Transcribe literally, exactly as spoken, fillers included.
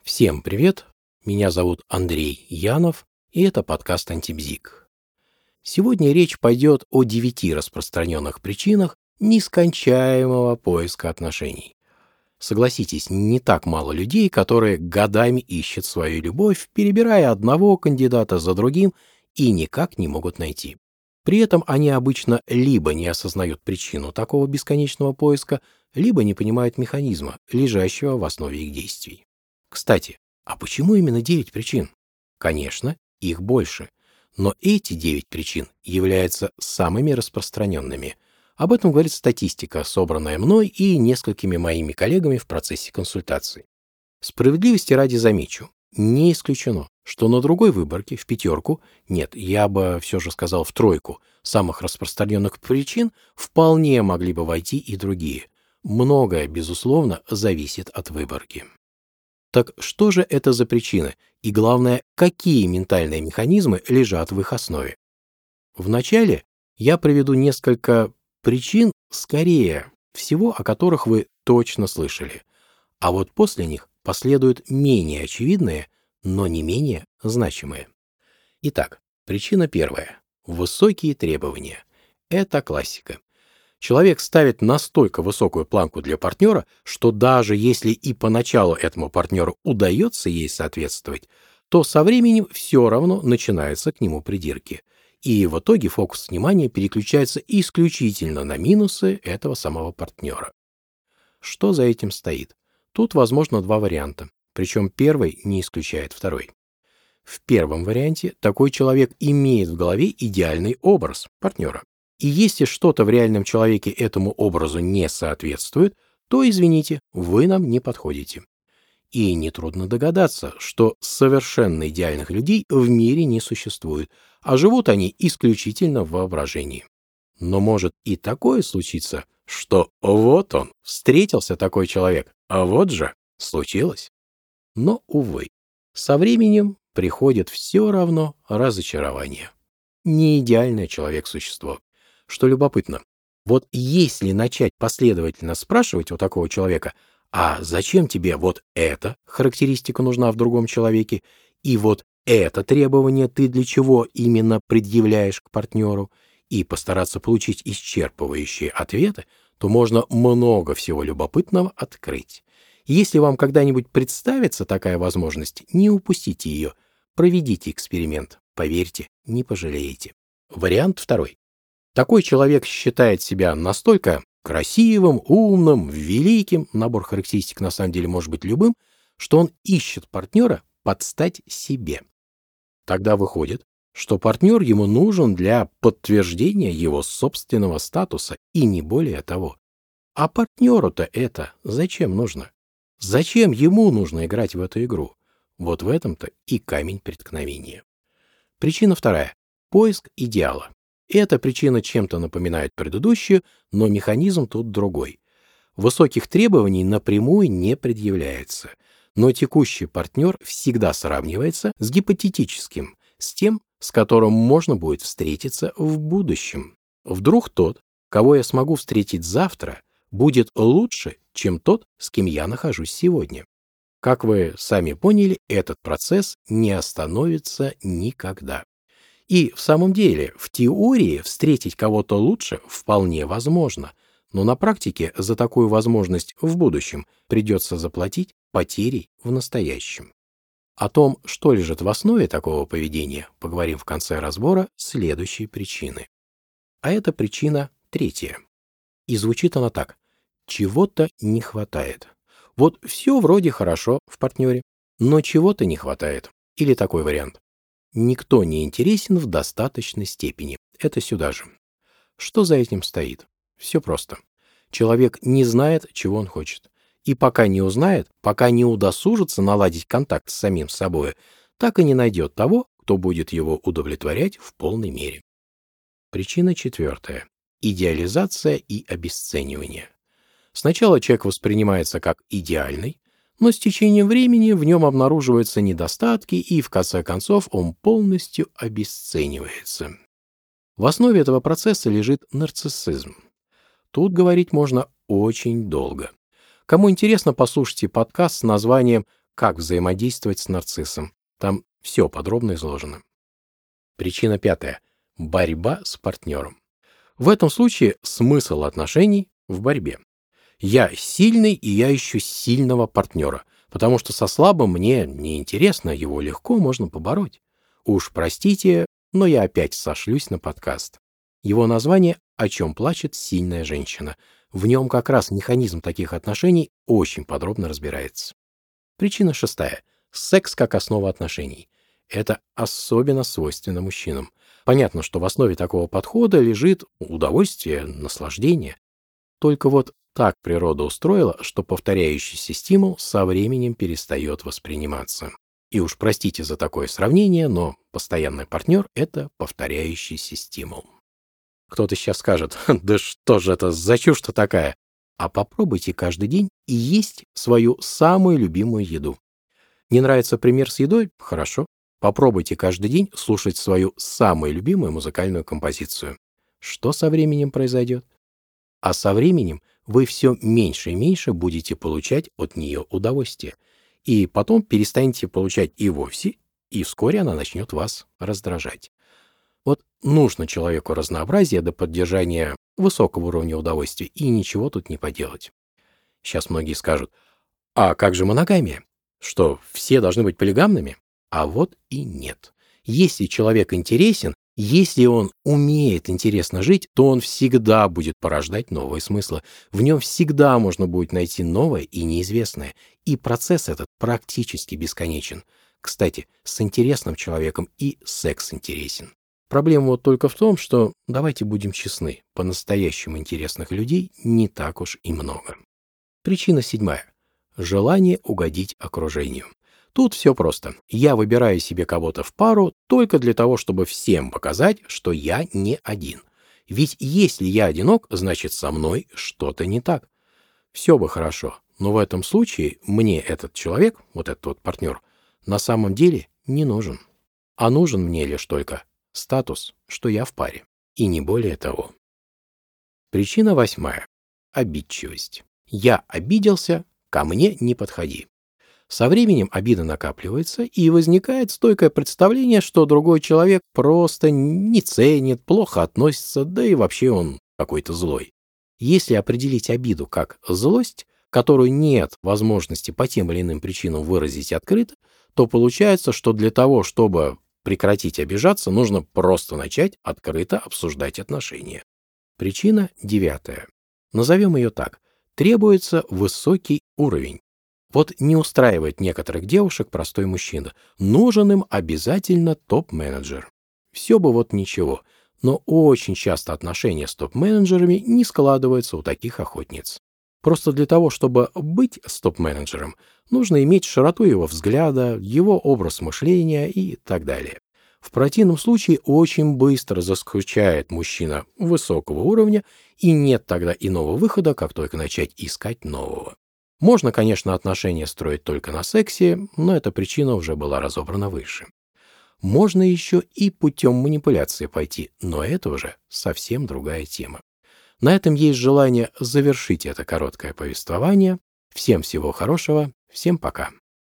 Всем привет! Меня зовут Андрей Янов, и это подкаст «Антибзик». Сегодня речь пойдет о девяти распространенных причинах нескончаемого поиска отношений. Согласитесь, не так мало людей, которые годами ищут свою любовь, перебирая одного кандидата за другим и никак не могут найти. При этом они обычно либо не осознают причину такого бесконечного поиска, либо не понимают механизма, лежащего в основе их действий. Кстати, а почему именно девять причин? Конечно, их больше. Но эти девять причин являются самыми распространенными. Об этом говорит статистика, собранная мной и несколькими моими коллегами в процессе консультаций. Справедливости ради замечу, не исключено, что на другой выборке, в пятерку, нет, я бы все же сказал в тройку, самых распространенных причин вполне могли бы войти и другие. Многое, безусловно, зависит от выборки. Так что же это за причины? И главное, какие ментальные механизмы лежат в их основе? Вначале я приведу несколько причин, скорее всего, о которых вы точно слышали. А вот после них последуют менее очевидные, но не менее значимые. Итак, причина первая. Высокие требования. Это классика. Человек ставит настолько высокую планку для партнера, что даже если и поначалу этому партнеру удается ей соответствовать, то со временем все равно начинаются к нему придирки. И в итоге фокус внимания переключается исключительно на минусы этого самого партнера. Что за этим стоит? Тут возможно два варианта, причем первый не исключает второй. В первом варианте такой человек имеет в голове идеальный образ партнера. И если что-то в реальном человеке этому образу не соответствует, то, извините, вы нам не подходите. И нетрудно догадаться, что совершенно идеальных людей в мире не существует, а живут они исключительно в воображении. Но может и такое случиться, что вот он, встретился такой человек, а вот же случилось. Но, увы, со временем приходит все равно разочарование. Не идеальное человек-существо. Что любопытно, вот если начать последовательно спрашивать у такого человека, а зачем тебе вот эта характеристика нужна в другом человеке, и вот это требование ты для чего именно предъявляешь к партнеру, и постараться получить исчерпывающие ответы, то можно много всего любопытного открыть. Если вам когда-нибудь представится такая возможность, не упустите ее, проведите эксперимент, поверьте, не пожалеете. Вариант второй. Такой человек считает себя настолько красивым, умным, великим, набор характеристик на самом деле может быть любым, что он ищет партнера под стать себе. Тогда выходит, что партнер ему нужен для подтверждения его собственного статуса и не более того. А партнеру-то это зачем нужно? Зачем ему нужно играть в эту игру? Вот в этом-то и камень преткновения. Причина вторая. Поиск идеала. Эта причина чем-то напоминает предыдущую, но механизм тут другой. Высоких требований напрямую не предъявляется, но текущий партнер всегда сравнивается с гипотетическим, с тем, с которым можно будет встретиться в будущем. Вдруг тот, кого я смогу встретить завтра, будет лучше, чем тот, с кем я нахожусь сегодня. Как вы сами поняли, этот процесс не остановится никогда. И в самом деле, в теории встретить кого-то лучше вполне возможно, но на практике за такую возможность в будущем придется заплатить потерей в настоящем. О том, что лежит в основе такого поведения, поговорим в конце разбора следующей причины. А эта причина третья. И звучит она так. Чего-то не хватает. Вот все вроде хорошо в партнере, но чего-то не хватает. Или такой вариант. Никто не интересен в достаточной степени. Это сюда же. Что за этим стоит? Все просто. Человек не знает, чего он хочет. И пока не узнает, пока не удосужится наладить контакт с самим собой, так и не найдет того, кто будет его удовлетворять в полной мере. Причина четвертая. Идеализация и обесценивание. Сначала человек воспринимается как идеальный, но с течением времени в нем обнаруживаются недостатки, и в конце концов он полностью обесценивается. В основе этого процесса лежит нарциссизм. Тут говорить можно очень долго. Кому интересно, послушайте подкаст с названием как взаимодействовать с нарциссом. Там все подробно изложено. Причина пятая. Борьба с партнером. В этом случае смысл отношений в борьбе. Я сильный, и я ищу сильного партнера, потому что со слабым мне неинтересно, его легко можно побороть. Уж простите, но я опять сошлюсь на подкаст. Его название «О чем плачет сильная женщина». В нем как раз механизм таких отношений очень подробно разбирается. Причина шестая. Секс как основа отношений. Это особенно свойственно мужчинам. Понятно, что в основе такого подхода лежит удовольствие, наслаждение. Только вот так природа устроила, что повторяющийся стимул со временем перестает восприниматься. И уж простите за такое сравнение, но постоянный партнер — это повторяющийся стимул. Кто-то сейчас скажет: да что же это за чушь-то такая? А попробуйте каждый день и есть свою самую любимую еду. Не нравится пример с едой? Хорошо. Попробуйте каждый день слушать свою самую любимую музыкальную композицию. Что со временем произойдет? А со временем вы все меньше и меньше будете получать от нее удовольствие. И потом перестанете получать и вовсе, и вскоре она начнет вас раздражать. Вот нужно человеку разнообразие до поддержания высокого уровня удовольствия, и ничего тут не поделать. Сейчас многие скажут: а как же моногамия? Что, все должны быть полигамными? А вот и нет. Если человек интересен, если он умеет интересно жить, то он всегда будет порождать новые смыслы. В нем всегда можно будет найти новое и неизвестное. И процесс этот практически бесконечен. Кстати, с интересным человеком и секс интересен. Проблема вот только в том, что, давайте будем честны, по-настоящему интересных людей не так уж и много. Причина седьмая. Желание угодить окружению. Тут все просто. Я выбираю себе кого-то в пару только для того, чтобы всем показать, что я не один. Ведь если я одинок, значит, со мной что-то не так. Все бы хорошо, но в этом случае мне этот человек, вот этот вот партнер, на самом деле не нужен. А нужен мне лишь только статус, что я в паре. И не более того. Причина восьмая. Обидчивость. Я обиделся, ко мне не подходи. Со временем обида накапливается, и возникает стойкое представление, что другой человек просто не ценит, плохо относится, да и вообще он какой-то злой. Если определить обиду как злость, которую нет возможности по тем или иным причинам выразить открыто, то получается, что для того, чтобы прекратить обижаться, нужно просто начать открыто обсуждать отношения. Причина девятая. Назовем ее так. Требуется высокий уровень. Вот не устраивает некоторых девушек простой мужчина. Нужен им обязательно топ-менеджер. Все бы вот ничего, но очень часто отношения с топ-менеджерами не складываются у таких охотниц. Просто для того, чтобы быть с топ-менеджером, нужно иметь широту его взгляда, его образ мышления и так далее. В противном случае очень быстро заскучает мужчина высокого уровня, и нет тогда иного выхода, как только начать искать нового. Можно, конечно, отношения строить только на сексе, но эта причина уже была разобрана выше. Можно еще и путем манипуляции пойти, но это уже совсем другая тема. На этом есть желание завершить это короткое повествование. Всем всего хорошего, всем пока.